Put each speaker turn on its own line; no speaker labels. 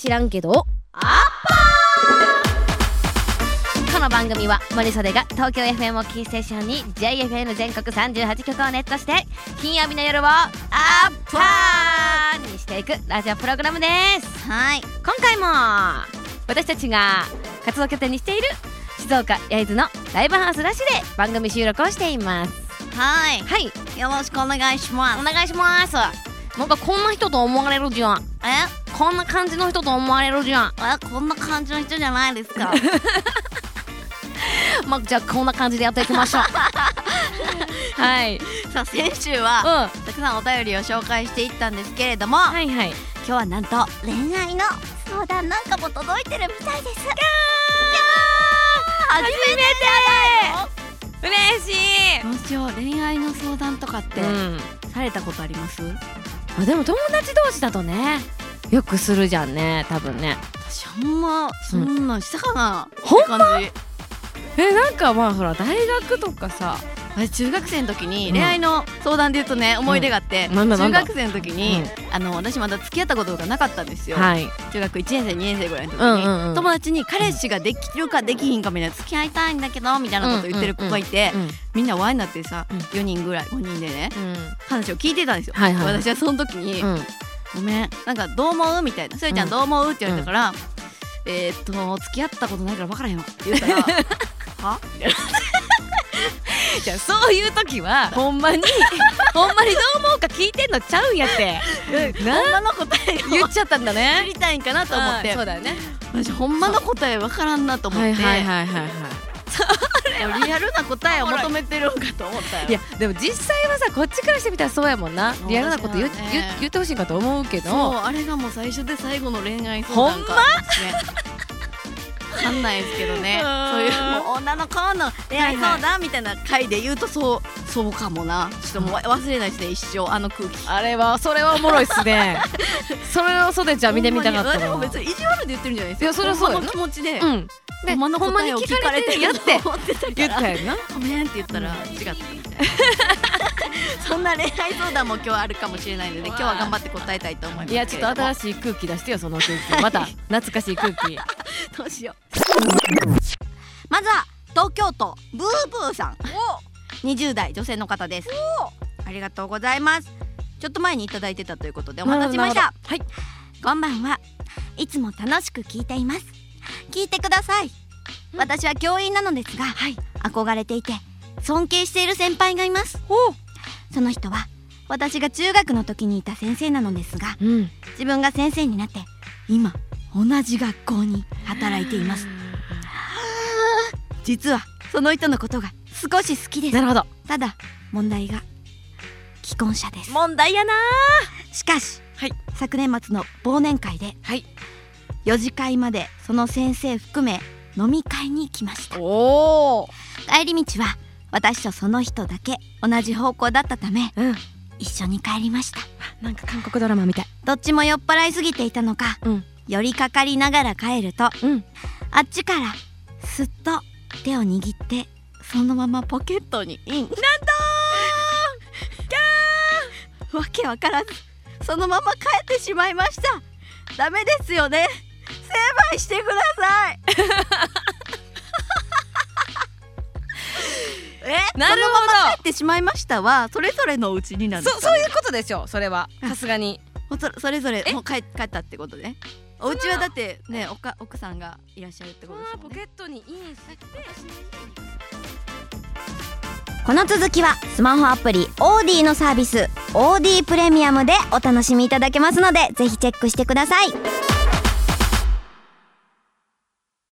知らんけどアッパー。この番組は森袖が東京 FM をキーステーションに JFN 全国38局をネットして金曜日の夜をアッパーにしていくラジオプログラムです。
はい、
今回も私たちが活動拠点にしている静岡焼津のライブハウスラッシュで番組収録をしています。
はい、
はい、
よろしくお願いします。
お願いします。なんかこんな人と思われるじゃん。こんな感じの人と思われるじゃん。
こんな感じの人じゃないですか。
まあ、じゃあこんな感じでやっていきましょう。はい。
さあ先週は、たくさんお便りを紹介していったんですけれども、
はいはい、
今日はなんと恋愛の相談なんかも届いてるみたいです。初めて
嬉しい。
どうしよう、恋愛の相談とかって、されたことあります？
でも友達同士だとねよくするじゃんね、多分ね。
私ほんまそんなんしたかな、
ほんま？
感じ。
なんかまあほら大学とかさ、
中学生の時に恋愛の相談で言うとね、思い出があって、中学生の時に、私まだ付き合ったことがなかったんですよ、中学1年生2年生ぐらいの時に、友達に彼氏ができるかできひんかみたいな、付き合いたいんだけどみたいなこと言ってる子がいて、みんな輪になってさ、4人ぐらい5人でね、話を聞いてたんですよ。私はその時に、ごめん、なんかどう思うみたいな、それちゃんどう思うって言われたから、付き合ったことないから分からへんわって言ったらは
じゃあそういう時はほんまにどう思うか聞いてんのちゃうんやって。
ほんまの答えを
言っちゃったんだね。
知りたいんかなと思って。
そうだよね。
私ほんまの答え分からんなと思って、リアルな答えを求めてるんかと思ったよ。
いやでも実際はさ、こっちからしてみたらそうやもんな。リアルなこと言ってほしいかと思うけど、
そう、あれがもう最初で最後の恋愛相談かですね。分かんないですけどね、そういうもう女の子の恋愛相談みたいな回で言うとそうかもな。ちょっともう忘れないですね、一生あの空気。
それはおもろいっすね。それを袖ちゃん見てみたかったな。
でも別に意地悪で言ってるんじゃないですか。
いやそれはそうよな。
気持ちで、
ほんまの答えを聞かれてるやって言ったやんな。
ごめんって言ったら違ったみたいな。そんな恋愛相談も今日あるかもしれないので、今日は頑張って答えたいと思います。
いやちょっと新しい空気出してよ、その空気。また懐かしい空気。
どうしよう。まずは東京都ブーブーさん、20代女性の方です。ありがとうございます。ちょっと前にいただいてたということでお待たせしました。
はい、
こんばんは。いつも楽しく聞いています。聞いてください。私は教員なのですが、憧れていて尊敬している先輩がいます。その人は私が中学の時にいた先生なのですが、自分が先生になって今同じ学校に働いています。実はその人のことが少し好きです。
なるほど。
ただ問題が既婚者です。
問題やな。
しかし、昨年末の忘年会で、4次会までその先生含め飲み会に行きました。帰り道は私とその人だけ同じ方向だったため、一緒に帰りました。
なんか韓国ドラマみたい。
どっちも酔っ払いすぎていたのか、寄りかかりながら帰ると、あっちからすっと手を握ってそのままポケットにイン。なんとわけわからずそのまま帰ってしまいました。ダメですよね。成敗してください。
なるほど。
そのまま帰ってしまいましたはそれぞれのうちになるんですかね。
そういうことでしょ。それはさすがに
それぞれもう帰ったってことね。お家はだってね、奥さんがいらっしゃるってことですもんね。
ポケットにインして。
この続きはスマホアプリオーディのサービスオーディプレミアムでお楽しみいただけますので、ぜひチェックしてください。